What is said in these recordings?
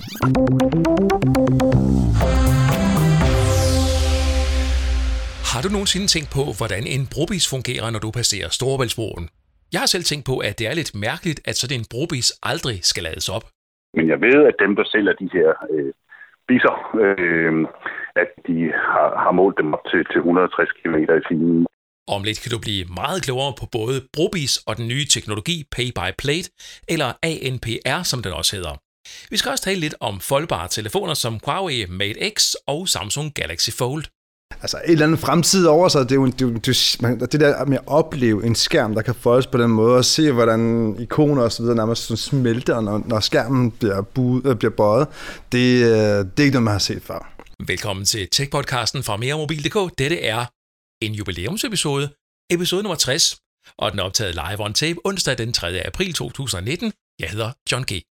Har du nogensinde tænkt på, hvordan en brobis fungerer, når du passerer Storebæltsbroen? Jeg har selv tænkt på, at det er lidt mærkeligt, at sådan en brobis aldrig skal lades op. Men jeg ved, at dem, der sælger de her biser, at de har målt dem op til 160 km i timen. Om lidt kan du blive meget klogere på både brobis og den nye teknologi Pay by Plate, eller ANPR, som den også hedder. Vi skal også tale lidt om foldbare telefoner som Huawei Mate X og Samsung Galaxy Fold. Altså et eller andet fremtid over sig, det er jo det der med at opleve en skærm, der kan foldes på den måde, og se hvordan ikoner og så videre nærmest smelter, når skærmen bliver bøjet. Det er ikke noget, man har set før. Velkommen til Tech-podcasten fra meremobil.dk. Dette er en jubilæumsepisode, episode nummer 60, og den er optaget live on tape onsdag den 3. april 2019. Jeg hedder John G.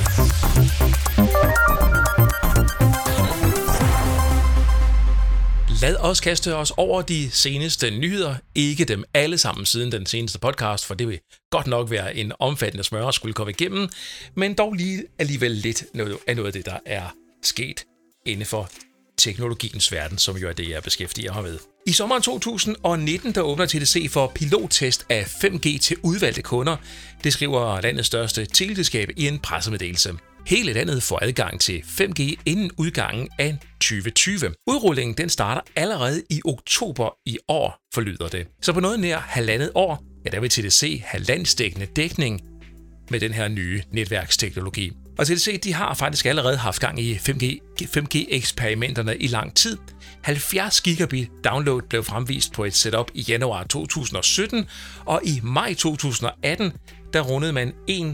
Lad os kaste os over de seneste nyheder. Ikke dem alle sammen siden den seneste podcast, for det vil godt nok være en omfattende smør at skulle komme igennem, men dog lige alligevel lidt noget af det, der er sket inden for teknologiens verden, som jo er det, jeg beskæftiger mig med. I sommeren 2019, der åbner TDC for pilottest af 5G til udvalgte kunder. Det skriver landets største teleselskab i en pressemeddelelse. Hele landet får adgang til 5G inden udgangen af 2020. Udrullingen den starter allerede i oktober i år, forlyder det. Så på noget nær halvandet år, der vil TDC have landsdækkende dækning med den her nye netværksteknologi. Og TDC de har faktisk allerede haft gang i 5G-eksperimenterne i lang tid. 70 gigabit download blev fremvist på et setup i januar 2017, og i maj 2018, der rundede man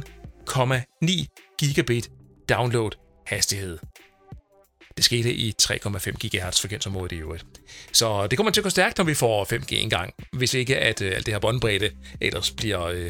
1,9 gigabit download hastighed. Det skete i 3,5 GHz frekvensområdet i øvrigt. Så det kommer til at gå stærkt, når vi får 5G engang. Hvis ikke at alt det her båndbredde ellers bliver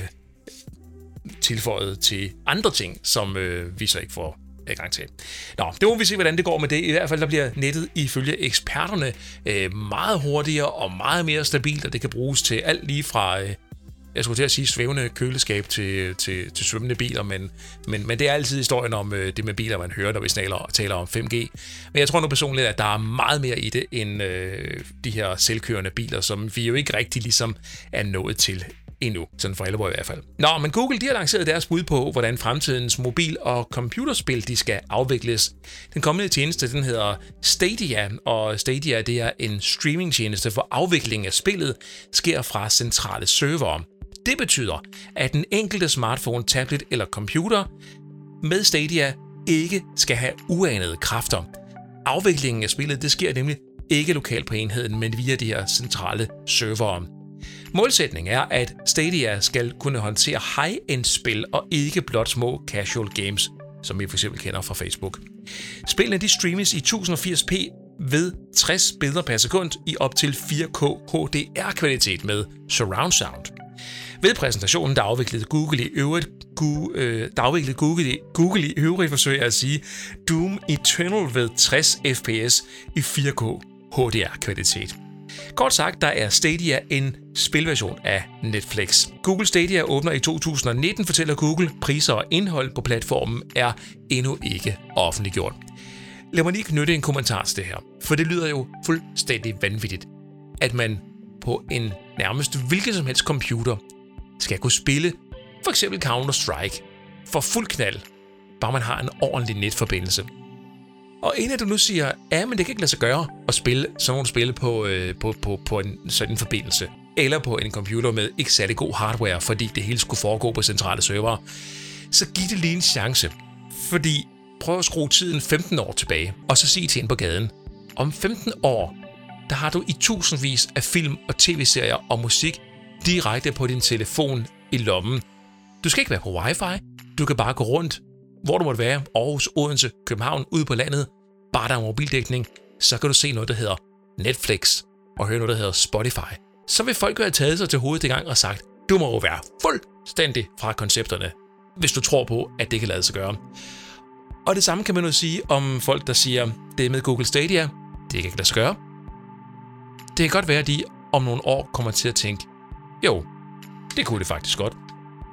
tilføjet til andre ting, som vi så ikke får adgang til. Nå, det må vi se, hvordan det går med det. I hvert fald der bliver nettet ifølge eksperterne meget hurtigere og meget mere stabilt, og det kan bruges til alt lige fra jeg skulle til at sige svævende køleskab til svømmende biler, men det er altid historien om det med biler, man hører, når vi taler om 5G. Men jeg tror nu personligt, at der er meget mere i det, end de her selvkørende biler, som vi jo ikke rigtig ligesom er nået til endnu, sådan for alvor i hvert fald. Nå, men Google de har lanceret deres bud på, hvordan fremtidens mobil- og computerspil de skal afvikles. Den kommende tjeneste, den hedder Stadia, og Stadia det er en streamingtjeneste, hvor afviklingen af spillet sker fra centrale servere. Det betyder, at den enkelte smartphone, tablet eller computer med Stadia ikke skal have uanede kræfter. Afviklingen af spillet, det sker nemlig ikke lokalt på enheden, men via de her centrale servere. Målsætningen er, at Stadia skal kunne håndtere high-end spil og ikke blot små casual games, som vi f.eks. kender fra Facebook. Spillene de streames i 1080p ved 60 billeder per sekund i op til 4K HDR-kvalitet med surround sound. Ved præsentationen der afviklede Google i øvrigt forsøger at sige Doom Eternal ved 60 fps i 4K HDR-kvalitet. Kort sagt, der er Stadia en spilversion af Netflix. Google Stadia åbner i 2019, fortæller Google. Priser og indhold på platformen er endnu ikke offentliggjort. Lad mig lige knytte en kommentar til det her, for det lyder jo fuldstændig vanvittigt, at man på en nærmest hvilken som helst computer skal kunne spille for eksempel Counter-Strike for fuld knald, bare man har en ordentlig netforbindelse. Og inden du nu siger, ja, men det kan ikke lade sig gøre at spille sådan nogle spil på en sådan forbindelse, eller på en computer med ikke særlig god hardware, fordi det hele skulle foregå på centrale servere, så giv det lige en chance. Fordi prøv at skrue tiden 15 år tilbage, og så sig til en på gaden. Om 15 år, der har du i tusindvis af film og tv-serier og musik direkte på din telefon i lommen. Du skal ikke være på wifi, du kan bare gå rundt, hvor du måtte være, Aarhus, Odense, København, ude på landet, bare der er mobildækning, så kan du se noget, der hedder Netflix, og høre noget, der hedder Spotify. Så vil folk jo have taget sig til hovedet i gang og sagt, du må jo være fuldstændig fra koncepterne, hvis du tror på, at det kan lade sig gøre. Og det samme kan man jo sige om folk, der siger, det med Google Stadia, det kan ikke lade sig gøre. Det kan godt være, at de om nogle år kommer til at tænke, jo, det kunne det faktisk godt.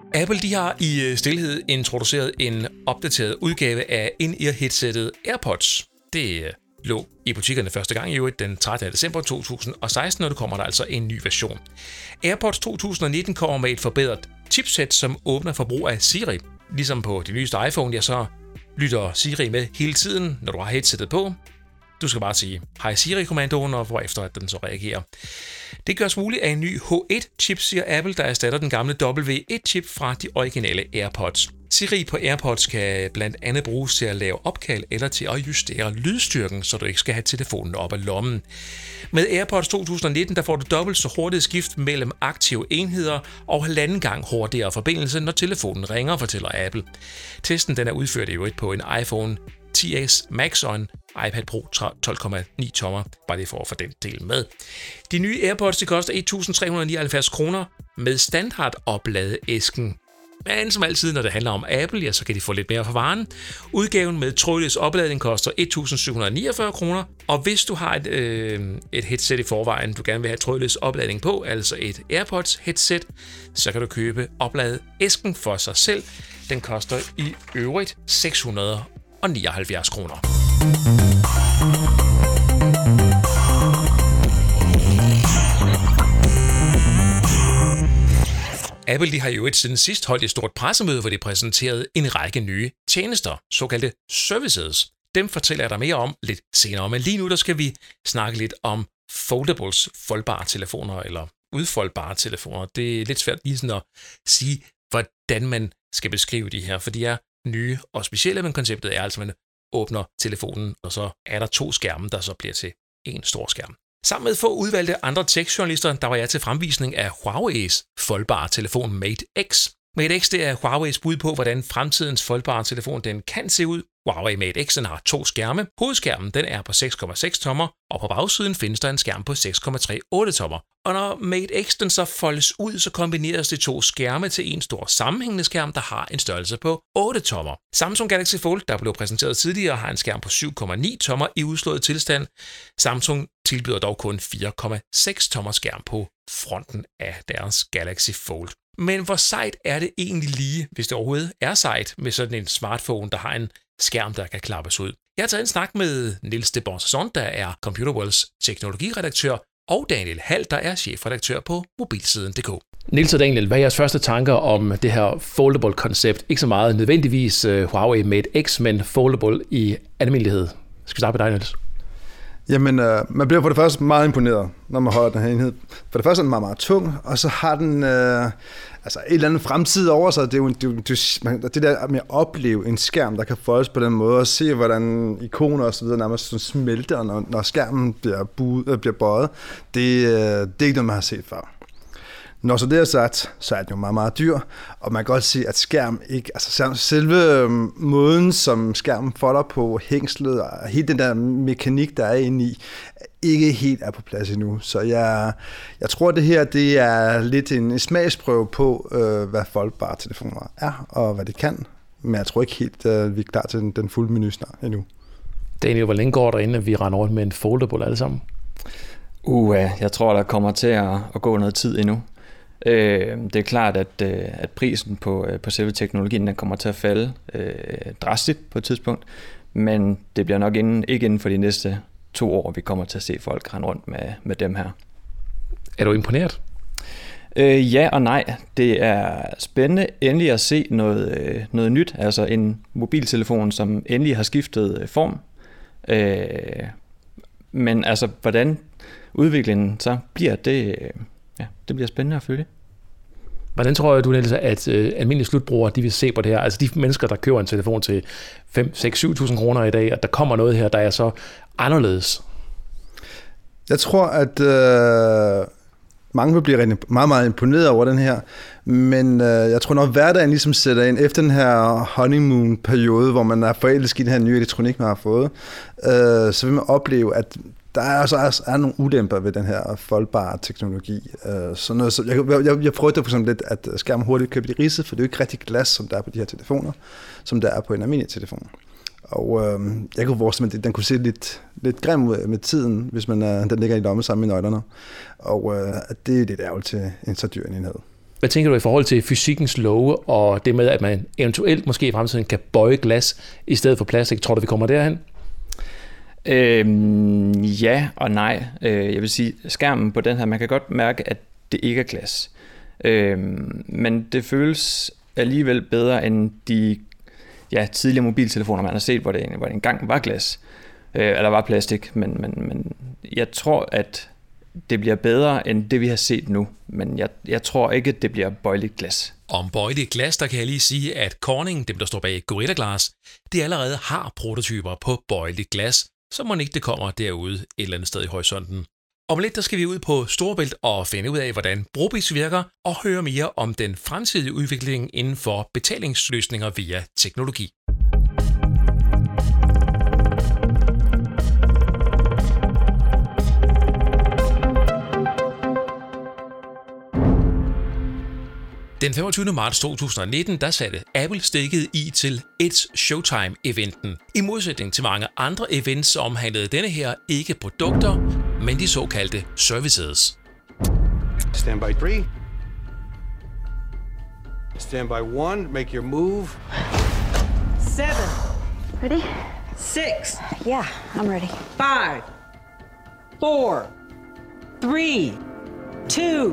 Apple de har i stilhed introduceret en opdateret udgave af in-ear-headsettet AirPods. Det lå i butikkerne første gang i den 13. december 2016, og det kommer der altså en ny version. AirPods 2019 kommer med et forbedret chipset, som åbner for brug af Siri. Ligesom på de nyeste iPhone, så lytter Siri med hele tiden, når du har headsettet på. Du skal bare sige hej Siri-kommandoen, og hvorefter at den så reagerer. Det gørs muligt af en ny H1-chip, siger Apple, der erstatter den gamle W1-chip fra de originale AirPods. Siri på AirPods kan blandt andet bruges til at lave opkald eller til at justere lydstyrken, så du ikke skal have telefonen op af lommen. Med AirPods 2019 der får du dobbelt så hurtigt skift mellem aktive enheder og 1,5 gang hurtigere forbindelse, når telefonen ringer, fortæller Apple. Testen den er udført i øvrigt på en iPhone XS Max og en iPad Pro 12,9 tommer, bare det for at få den del med. De nye AirPods de koster 1.379 kroner med standard opladeæsken. Men som altid, når det handler om Apple, ja, så kan de få lidt mere for varen. Udgaven med trådløs opladning koster 1.749 kroner, og hvis du har et headset i forvejen, du gerne vil have trådløs opladning på, altså et AirPods headset, så kan du købe opladeæsken for sig selv. Den koster i øvrigt 679 kroner. Apple de har jo siden sidst holdt et stort pressemøde, hvor de præsenterede en række nye tjenester, såkaldte services. Dem fortæller jeg dig mere om lidt senere, men lige nu der skal vi snakke lidt om foldables, foldbare telefoner eller udfoldbare telefoner. Det er lidt svært lige sådan at sige, hvordan man skal beskrive de her, for de er nye og specielle, men konceptet er altså, at man åbner telefonen, og så er der 2 skærme, der så bliver til en stor skærm. Sammen med få udvalgte andre tech-journalister, der var jeg til fremvisning af Huawei's foldbare telefon Mate X. Mate X det er Huawei's bud på, hvordan fremtidens foldbare telefon den kan se ud. Huawei Mate X har 2 skærme. Hovedskærmen den er på 6,6 tommer, og på bagsiden findes der en skærm på 6,38 tommer. Og når Mate X den så foldes ud, så kombineres de 2 skærme til en stor sammenhængende skærm, der har en størrelse på 8 tommer. Samsung Galaxy Fold, der blev præsenteret tidligere, har en skærm på 7,9 tommer i udslået tilstand. Samsung tilbyder dog kun 4,6 tommer skærm på fronten af deres Galaxy Fold. Men hvor sejt er det egentlig lige, hvis det overhovedet er sejt, med sådan en smartphone, der har en skærm, der kan klappes ud? Jeg har taget en snak med Niels de Bon-Sasson, der er Computerworlds teknologiredaktør, og Daniel Hald, der er chefredaktør på mobilsiden.dk. Niels og Daniel, hvad er jeres første tanker om det her foldable-koncept? Ikke så meget nødvendigvis Huawei Mate X, men foldable i almindelighed. Skal vi starte med dig, Niels? Jamen, man bliver for det første meget imponeret, når man holder den her enhed. For det første er den meget, meget tung, og så har den et eller andet fremtid over sig. Det der med at opleve en skærm, der kan foldes på den måde, og se, hvordan ikoner og så videre nærmest smelter, når skærmen bliver bøjet, det er ikke noget, man har set før. Når så det er sagt, så er den jo meget, meget dyr, og man kan godt se, at skærm ikke, altså selve måden, som skærmen folder på, hængslet og hele den der mekanik, der er inde i, ikke helt er på plads endnu. Så jeg tror, det her det er lidt en smagsprøve på, hvad foldbare telefoner er, og hvad det kan. Men jeg tror ikke helt, vi er klar til den fulde menu snart endnu. Daniel, hvor længe går der, inden vi render rundt med en foldable alle sammen? Jeg tror, der kommer til at gå noget tid endnu. Det er klart, at prisen på selve teknologien den kommer til at falde drastisk på et tidspunkt, men det bliver nok ikke inden for de næste 2 år, vi kommer til at se folk rende rundt med dem her. Er du imponeret? Ja og nej. Det er spændende endelig at se noget nyt, altså en mobiltelefon, som endelig har skiftet form. Men altså, hvordan udviklingen så bliver, det bliver spændende at følge. Hvordan tror du, Niels, at almindelige slutbrugere de vil se på det her? Altså de mennesker, der køber en telefon til 5-6-7.000 kroner i dag, at der kommer noget her, der er så anderledes? Jeg tror, at mange vil blive meget, meget imponeret over den her, men jeg tror nok, hverdagen ligesom sætter ind efter den her honeymoon-periode, hvor man er forelsket i den her nye elektronik, man har fået, så vil man opleve, at der er nogle ulemper ved den her foldbare teknologi. Jeg frygter for eksempel lidt, at skærmen hurtigt kan blive ridset, for det er jo ikke rigtig glas, som der er på de her telefoner, som der er på en almindelig telefon. Og jeg kunne forestille mig, at den kunne se lidt grim ud med tiden, hvis den ligger i lomme sammen med nøglerne. Og det er lidt ærgerligt til en så dyr enhed. Hvad tænker du i forhold til fysikkens love, og det med, at man eventuelt måske i fremtiden kan bøje glas i stedet for plastik? Tror du, vi kommer derhen? Ja og nej. Jeg vil sige, skærmen på den her, man kan godt mærke, at det ikke er glas. Men det føles alligevel bedre end de tidligere mobiltelefoner, man har set, hvor det engang var glas. Eller var plastik. Men jeg tror, at det bliver bedre end det, vi har set nu. Men jeg tror ikke, at det bliver bøjeligt glas. Om bøjeligt glas, der kan jeg lige sige, at Corning, dem der står bag Gorilla Glass, de allerede har prototyper på bøjeligt glas, så må ikke det kommer derude et eller andet sted i horisonten. Om lidt der skal vi ud på Storebælt og finde ud af, hvordan Brobizz virker, og høre mere om den fremtidige udvikling inden for betalingsløsninger via teknologi. Den 25. marts 2019, der satte Apple stikket i til It's Showtime-eventen. I modsætning til mange andre events omhandlede denne her ikke produkter, men de såkaldte services. Stand by 3. Stand by 1. Make your move. 7. Ready? 6. Yeah, I'm ready. 5. 4. 3. 2.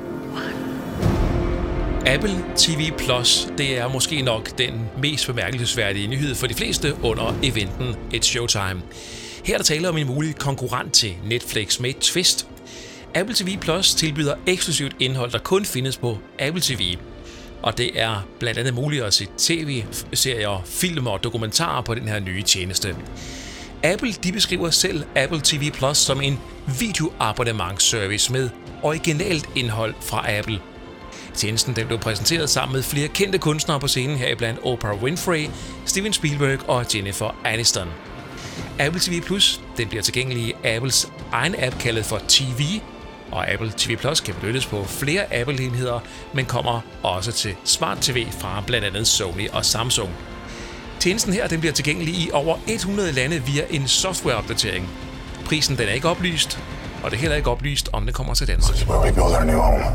Apple TV Plus, det er måske nok den mest bemærkelsesværdige nyhed for de fleste under eventen It's Showtime. Her er der tale om en mulig konkurrent til Netflix med et twist. Apple TV Plus tilbyder eksklusivt indhold, der kun findes på Apple TV. Og det er blandt andet muligt at se tv-serier, film og dokumentarer på den her nye tjeneste. Apple de beskriver selv Apple TV Plus som en videoabonnementsservice med originalt indhold fra Apple. Tjenesten den blev præsenteret sammen med flere kendte kunstnere på scenen, heriblandt Oprah Winfrey, Steven Spielberg og Jennifer Aniston. Apple TV Plus den bliver tilgængelig i Apples egen app kaldet for TV, og Apple TV Plus kan benyttes på flere Apple-enheder, men kommer også til Smart TV fra blandt andet Sony og Samsung. Tjenesten her den bliver tilgængelig i over 100 lande via en softwareopdatering. Prisen den er ikke oplyst, og det er heller ikke oplyst, om den kommer til Danmark. This is where we build our new home.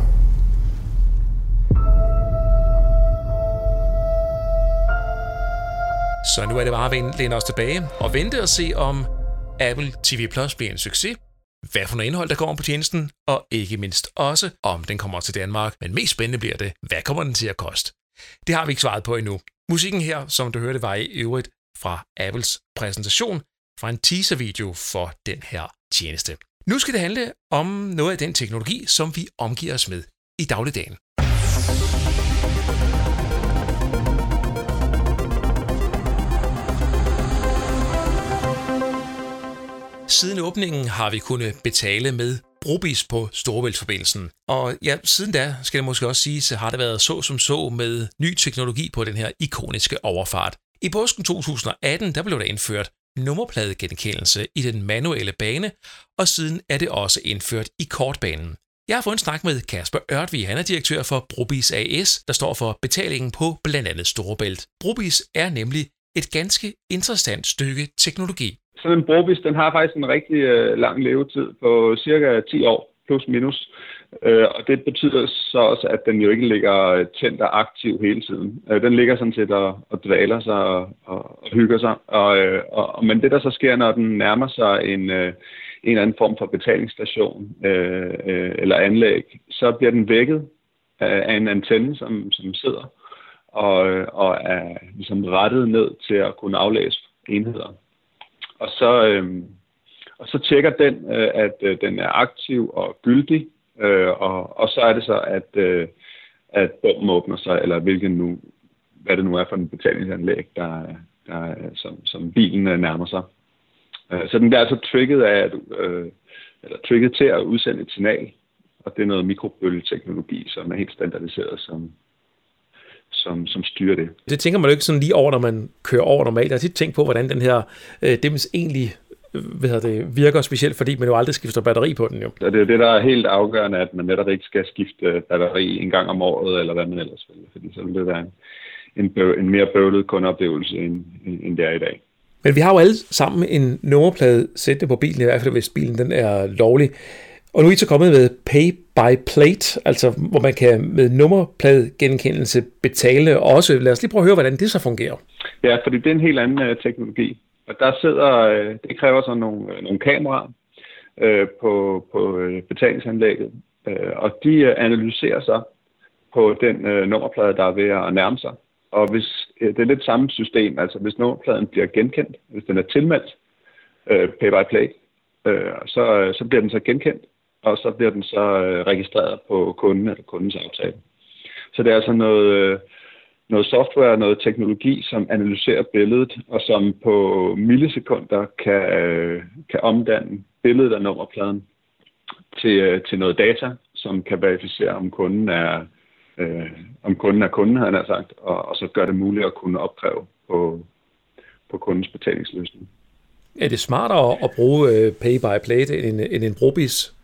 Så nu er det bare at læne os tilbage og vente og se, om Apple TV Plus bliver en succes, hvad for noget indhold der kommer på tjenesten, og ikke mindst også, om den kommer til Danmark. Men mest spændende bliver det, hvad kommer den til at koste? Det har vi ikke svaret på endnu. Musikken her, som du hørte, var i øvrigt fra Apples præsentation fra en teaser-video for den her tjeneste. Nu skal det handle om noget af den teknologi, som vi omgiver os med i dagligdagen. Siden åbningen har vi kunnet betale med Brobizz på Storebæltsforbindelsen. Og ja, siden da, skal det måske også sige, så har det været så med ny teknologi på den her ikoniske overfart. I påsken 2018, der blev der indført nummerpladegenkendelse i den manuelle bane, og siden er det også indført i kortbanen. Jeg har fået en snak med Kasper Ørtvig, han er direktør for Brobizz AS, der står for betalingen på blandt andet Storebælt. Brobizz er nemlig et ganske interessant stykke teknologi. Sådan en Brobizz, den har faktisk en rigtig lang levetid på cirka 10 år, plus minus. Og det betyder så også, at den jo ikke ligger tændt og aktiv hele tiden. Den ligger sådan set og dvaler sig og hygger sig. Men det, der så sker, når den nærmer sig en eller anden form for betalingsstation eller anlæg, så bliver den vækket af en antenne, som sidder og er ligesom rettet ned til at kunne aflæse enheder. Og så tjekker den, at den er aktiv og gyldig, og så er det så, at bomben åbner sig, eller hvad det nu er for en betalingsanlæg, som bilen nærmer sig. Så den bliver altså trigget til at udsende et signal, og det er noget mikrobølgeteknologi, som er helt standardiseret, som styrer det. Det tænker man jo ikke sådan lige over, når man kører over normalt. Jeg har tit tænkt på, hvordan den her dims egentlig virker, specielt fordi man jo aldrig skifter batteri på den jo. Og det er det, der er helt afgørende, at man netop ikke skal skifte batteri en gang om året, eller hvad man ellers vil, fordi så vil det være en mere bøvlet kundeoplevelse, end det er i dag. Men vi har jo alle sammen en nummerplade sættende på bilen, i hvert fald hvis bilen den er lovlig. Og nu er I så kommet med Pay by plate, altså hvor man kan med nummerpladegenkendelse betale også. Lad os lige prøve at høre, hvordan det så fungerer. Ja, fordi det er en helt anden teknologi. Og der sidder, det kræver så nogle kameraer på betalingsanlægget, og de analyserer så på den nummerplade, der er ved at nærme sig. Og hvis det er lidt samme system, altså hvis nummerpladen bliver genkendt, hvis den er tilmeldt pay by plate, så bliver den så genkendt, og så bliver den så registreret på kunden eller kundens aftale. Så det er altså noget software, noget teknologi, som analyserer billedet, og som på millisekunder kan omdanne billedet af nummerpladen til noget data, som kan verificere, om kunden er kunden, havde han sagt, og så gør det muligt at kunne opkræve på kundens betalingsløsning. Er det smartere at bruge pay by plate end en Brobis?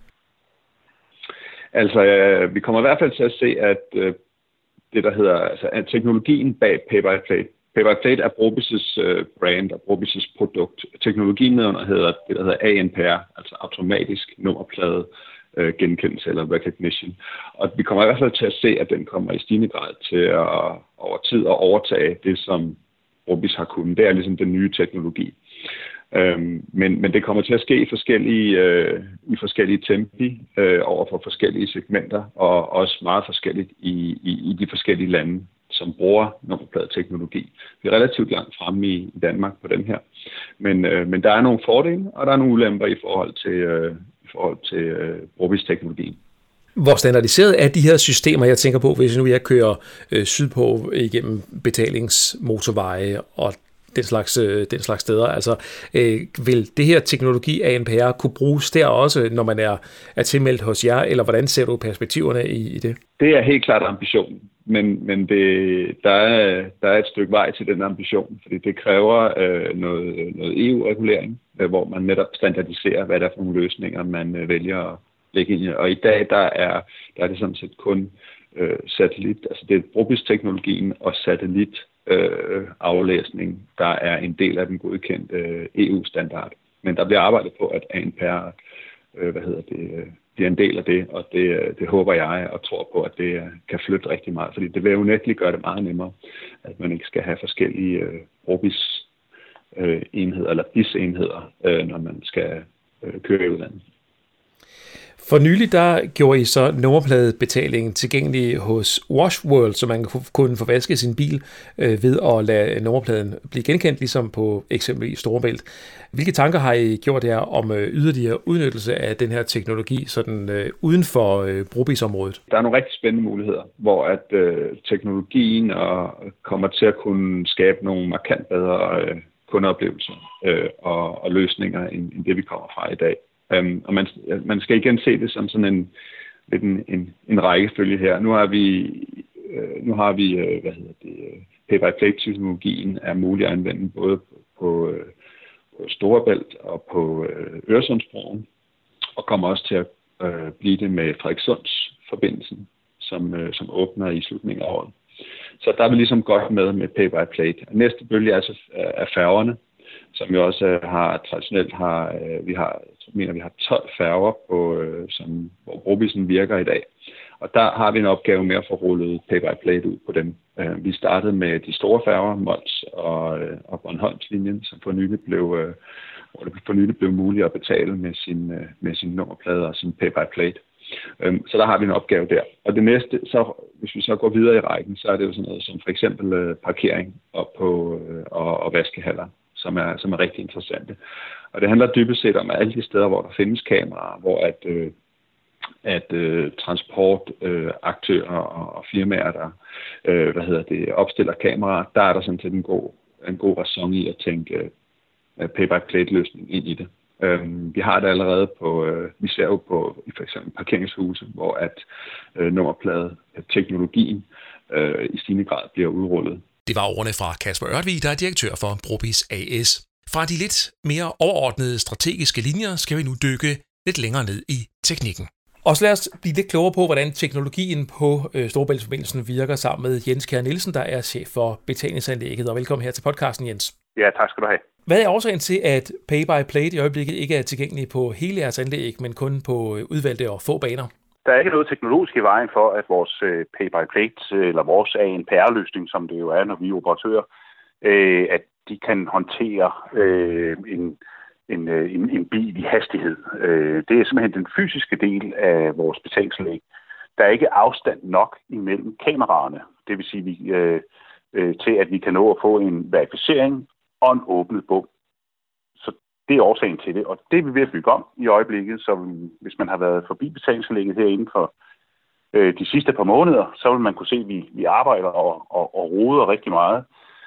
Altså, vi kommer i hvert fald til at se, at det, der hedder, altså at teknologien bag pay by plate. Pay by plate er Brobis' brand og Brobis' produkt. Teknologien nedenunder hedder det, der hedder ANPR, altså automatisk nummerplade genkendelse eller recognition. Og vi kommer i hvert fald til at se, at den kommer i stigende grad til at over tid at overtage det, som Brobis har kunnet. Det er ligesom den nye teknologi. Men det kommer til at ske i forskellige tempi over for forskellige segmenter, og også meget forskelligt i de forskellige lande, som bruger nummerpladeteknologi. Vi er relativt langt fremme i Danmark på den her. Men der er nogle fordele, og der er nogle ulemper i forhold til Brobis-teknologien. Hvor standardiseret er de her systemer, jeg tænker på, hvis nu jeg kører sydpå igennem betalingsmotorveje og den slags steder. Altså, vil det her teknologi ANPR kunne bruges der også, når man er tilmeldt hos jer, eller hvordan ser du perspektiverne i det? Det er helt klart ambitionen, men der er et stykke vej til den ambition, fordi det kræver noget EU-regulering, hvor man netop standardiserer, hvad der er for nogle løsninger, man vælger at lægge ind i. Og i dag, der er det sådan set kun satellit, altså det er Brobis-teknologien og satellit aflæsning, der er en del af den godkendte EU-standard. Men der bliver arbejdet på, at ANPR bliver en del af det, og det håber jeg og tror på, at det kan flytte rigtig meget, fordi det vil jo unægteligt gøre det meget nemmere, at man ikke skal have forskellige Brobis enheder eller BIS-enheder, når man skal køre i udlandet. For nylig der gjorde I så nummerpladebetalingen tilgængelig hos Washworld, så man kunne få vasket sin bil ved at lade nummerpladen blive genkendt, ligesom på eksempelvis Storebælt. Hvilke tanker har I gjort her om yderligere udnyttelse af den her teknologi sådan uden for Brobis-området? Der er nogle rigtig spændende muligheder, hvor at teknologien kommer til at kunne skabe nogle markant bedre kundeoplevelser og løsninger end det, vi kommer fra i dag. Og man skal igen se det som sådan en rækkefølge her. Nu har vi pay by plate-teknologien er mulig at anvende både på Storebælt og på Øresundsbroen, og kommer også til at blive det med Frederikssundsforbindelsen, som åbner i slutningen af året. Så der er vi ligesom godt med pay by plate. Næste bølge er færgerne, som jo også traditionelt har, vi har 12 færger hvor Brobisen virker i dag. Og der har vi en opgave med at få rullet pay by plate ud på dem. Vi startede med de store færger, Mols og Bornholmslinjen, som for nylig blev muligt at betale med sin nummerplade og sin pay by plate. Så der har vi en opgave der. Og det næste, så hvis vi så går videre i rækken, så er det jo sådan noget som for eksempel parkering og vaskehaller, som er rigtig interessante. Og det handler dybest set om alle de steder, hvor der findes kameraer, hvor at transportaktører og firmaer, der opstiller kameraer, der er der sådan set en god ræson i at tænke pay by plate løsning ind i det. Vi har det allerede vi ser jo på i for eksempel parkeringshuse, hvor at nummerplade-teknologien i stigende grad bliver udrullet. Det var ordene fra Kasper Ørtvig, der er direktør for Brobis AS. Fra de lidt mere overordnede strategiske linjer skal vi nu dykke lidt længere ned i teknikken. Og så lad os blive lidt klogere på, hvordan teknologien på Storebæltsforbindelsen virker sammen med Jens Kjær Nielsen, der er chef for betalingsanlægget. Og velkommen her til podcasten, Jens. Ja, tak skal du have. Hvad er årsagen til, at pay by plate i øjeblikket ikke er tilgængelig på hele jeres anlæg, men kun på udvalgte og få baner? Der er ikke noget teknologisk i vejen for, at vores pay-by-plate, eller vores ANPR-løsning, som det jo er, når vi er operatører, at de kan håndtere en bil i hastighed. Det er simpelthen den fysiske del af vores betalingsanlæg. Der er ikke afstand nok imellem kameraerne. Det vil sige, til at vi kan nå at få en verificering og en åbnet bog. Så det er årsagen til det, og det er vi ved at bygge om i øjeblikket. Så hvis man har været forbi betalingsanlægget herinde for de sidste par måneder, så vil man kunne se, at vi arbejder og roder rigtig meget.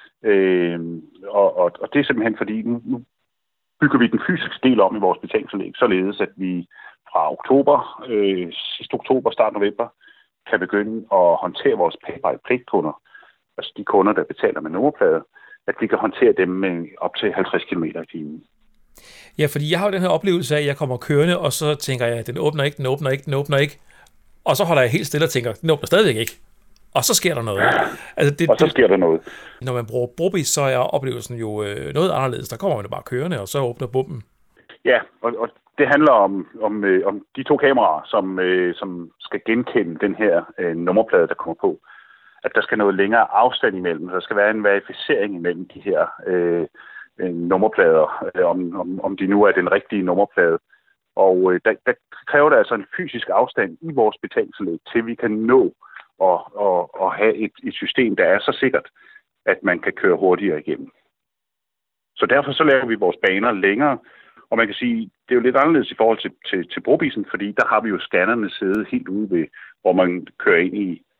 Og det er simpelthen fordi, nu bygger vi den fysiske del om i vores betalingsanlæg, således at vi fra sidste oktober, start november, kan begynde at håndtere vores pay-by-plate-kunder, altså de kunder, der betaler med nummerplade, at vi kan håndtere dem med op til 50 km i timen. Ja, fordi jeg har jo den her oplevelse af, at jeg kommer kørende, og så tænker jeg, at den åbner ikke. Og så holder jeg helt stille og tænker, den åbner stadigvæk ikke. Og så sker der noget. Altså så sker der noget. Når man bruger Brobizz, så er oplevelsen jo noget anderledes. Der kommer man jo bare kørende, og så åbner bomben. Ja, og det handler om de to kameraer, som skal genkende den her nummerplade, der kommer på. At der skal noget længere afstand imellem. Der skal være en verificering imellem de her nummerplader, om de nu er den rigtige nummerplade. Og der kræver det altså en fysisk afstand i vores betalingsanlæg, til vi kan nå og have et system, der er så sikkert, at man kan køre hurtigere igennem. Så derfor så laver vi vores baner længere, og man kan sige, det er jo lidt anderledes i forhold til Brobizzen, fordi der har vi jo scannerne siddet helt ude ved, hvor man kører ind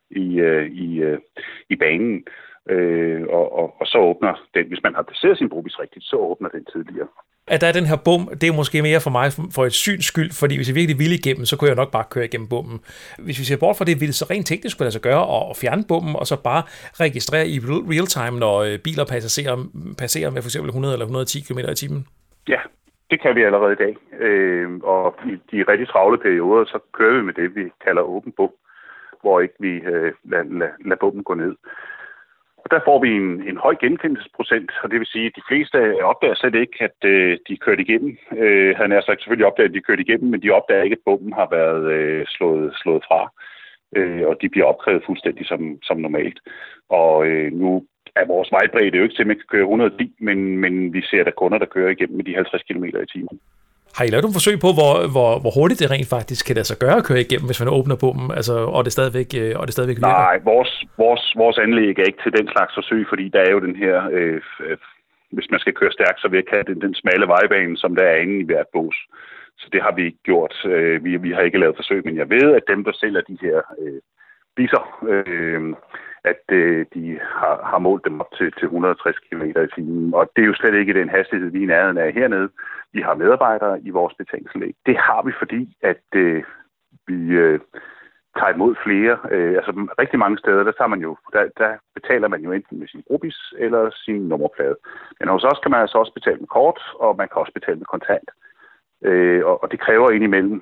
i banen, og så åbner den, hvis man har placeret sin Brobizz rigtigt, så åbner den tidligere. At der er den her bom, det er måske mere for mig for et syns skyld, fordi hvis jeg virkelig ville igennem, så kunne jeg nok bare køre igennem bommen. Hvis vi ser bort fra det, ville det så rent teknisk kunne lade sig gøre at fjerne bommen, og så bare registrere i real time, når biler passerer med for eksempel 100 eller 110 km i timen? Ja, det kan vi allerede i dag. Og i de rigtig travle perioder, så kører vi med det, vi kalder åben bom, hvor ikke vi lader bommen gå ned. Og der får vi en høj genkendelsesprocent, og det vil sige, at de fleste opdager slet ikke, at de kørte igennem. Han er sagt selvfølgelig opdaget, at de kørte igennem, men de opdager ikke, at bomben har været slået fra, og de bliver opkrævet fuldstændig som normalt. Og nu er vores vejbredde jo ikke til, at man kan køre 110, men vi ser der kunder, der kører igennem med de 50 km i timen. Har I lavet nogle forsøg på, hvor hurtigt det rent faktisk kan lade sig gøre at køre igennem, hvis man åbner bomben, altså, og det stadigvæk virker? Nej, vores anlæg er ikke til den slags forsøg, fordi der er jo den her, hvis man skal køre stærkt, så vil jeg kalde den smalle vejbane, som der er inde i hvert bås. Så det har vi ikke gjort. Vi har ikke lavet forsøg, men jeg ved, at dem, der sælger de her biser, at de har målt dem op til 160 km i timen. Og det er jo slet ikke den hastighed, vi er i nærheden af hernede. Vi har medarbejdere i vores betalingsanlæg. Det har vi, fordi at vi tager imod flere. Altså rigtig mange steder, der betaler man jo enten med sin Brobizz eller sin nummerplade. Men hos os kan man altså også betale med kort, og man kan også betale med kontant. Og det kræver indimellem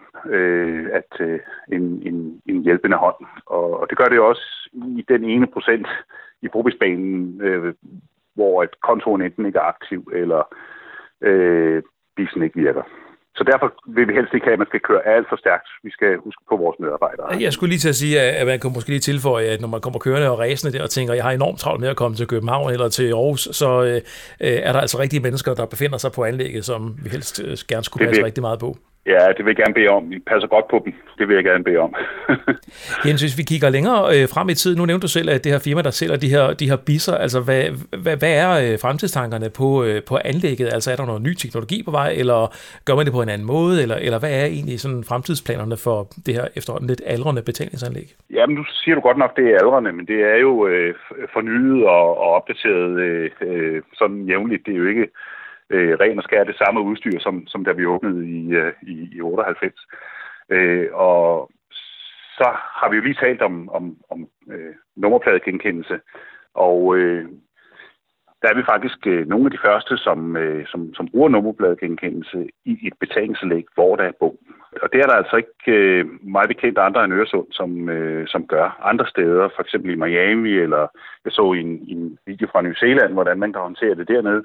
en hjælpende hånd. Og det gør det jo også i den ene procent i Brobizz-banen, hvor et kontoen enten ikke er aktiv, eller bissen ikke virker. Så derfor vil vi helst ikke have, at man skal køre alt for stærkt. Vi skal huske på vores medarbejdere. Jeg skulle lige til at sige, at man kan måske lige tilføje, at når man kommer kørende og ræsende der og tænker, at jeg har enormt travlt med at komme til København eller til Aarhus, så er der altså rigtige mennesker, der befinder sig på anlægget, som vi helst gerne skulle passe rigtig meget på. Ja, det vil jeg gerne bede om. Vi passer godt på dem. Det vil jeg gerne bede om. Jens, hvis vi kigger længere frem i tid, nu nævnte du selv, at det her firma, der sælger de her bisser, altså hvad er fremtidstankerne på anlægget? Altså er der noget ny teknologi på vej, eller gør man det på en anden måde, eller hvad er egentlig sådan fremtidsplanerne for det her efterhånden lidt aldrende betalingsanlæg? Jamen, nu siger du godt nok, det er aldrende, men det er jo fornyet og opdateret sådan jævnligt. Det er jo ikke ren og skær det samme udstyr, som da vi åbnede i 98. Og så har vi jo lige talt om nummerpladegenkendelse, og der er vi faktisk nogle af de første, som bruger nummerpladegenkendelse i et betalingsanlæg, hvor der er bom. Og det er der altså ikke meget bekendt andre end Øresund, som gør andre steder, for eksempel i Miami, eller jeg så i en video fra New Zealand, hvordan man kan håndtere det dernede.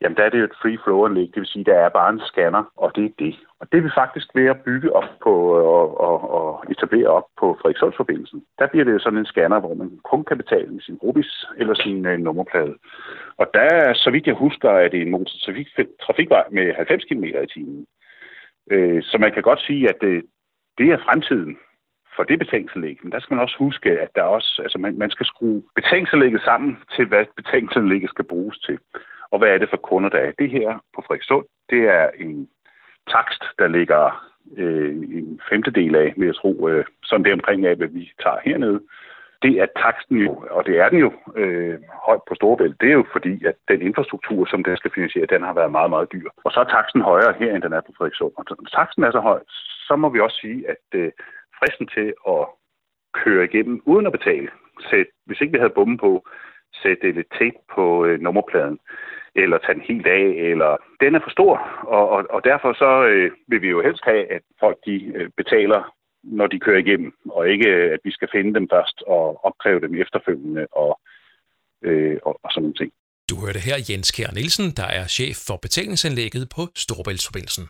jamen der er det jo et free flow-anlæg, det vil sige, der er bare en scanner, og det er det. Og det er vi faktisk ved at bygge op på og etablere op på Frederikssundforbindelsen. Der bliver det jo sådan en scanner, hvor man kun kan betale med sin rubis eller sin nummerplade. Og der, så vidt jeg husker, er det en motortrafikvej med 90 km/t. Så man kan godt sige, at det er fremtiden for det betalingsanlæg. Men der skal man også huske, at der også, altså man skal skrue betalingsanlægget sammen til, hvad betalingsanlægget skal bruges til. Og hvad er det for kunder, der er? Det her på Frederikssund, det er en takst, der ligger en femtedel af, vil jeg tro, sådan det omkring af, hvad vi tager hernede. Det er taksten jo, og det er den jo højt på Storebælt. Det er jo fordi, at den infrastruktur, som den skal finansiere, den har været meget, meget dyr. Og så er taksten højere her, end den er på Frederikssund. Og når taksten er så høj, så må vi også sige, at fristen til at køre igennem uden at betale, hvis ikke vi havde bomben på, sætte lidt tape på nummerpladen, eller tage den helt af, eller den er for stor, og derfor så vil vi jo helst have, at folk de betaler, når de kører igennem, og ikke at vi skal finde dem først og opkræve dem efterfølgende og sådan nogle ting. Du hørte her Jens Kjær Nielsen, der er chef for betalingsanlægget på Storebæltsforbindelsen.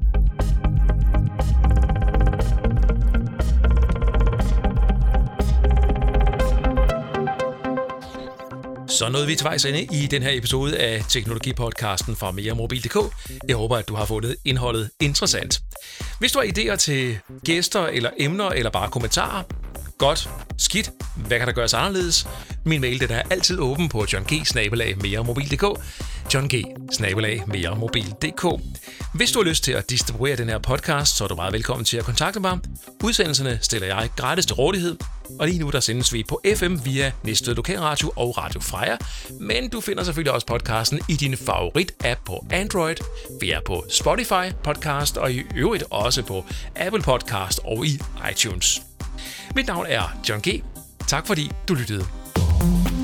Så nåede vi til vejs ende i den her episode af Teknologipodcasten fra meremobil.dk. Jeg håber, at du har fundet indholdet interessant. Hvis du har idéer til gæster eller emner eller bare kommentarer, godt, skidt, hvad kan der gøres anderledes? Min mail den er altid åben på johng@meremobil.dk. johng@meremobil.dk. Hvis du har lyst til at distribuere den her podcast, så er du meget velkommen til at kontakte mig. Udsendelserne stiller jeg gratis til rådighed, og lige nu der sendes vi på FM via Næstved Lokalradio og Radio Freja, men du finder selvfølgelig også podcasten i din favorit-app på Android. Vi er på Spotify podcast og i øvrigt også på Apple Podcast og i iTunes. Mit navn er John G. Tak fordi du lyttede.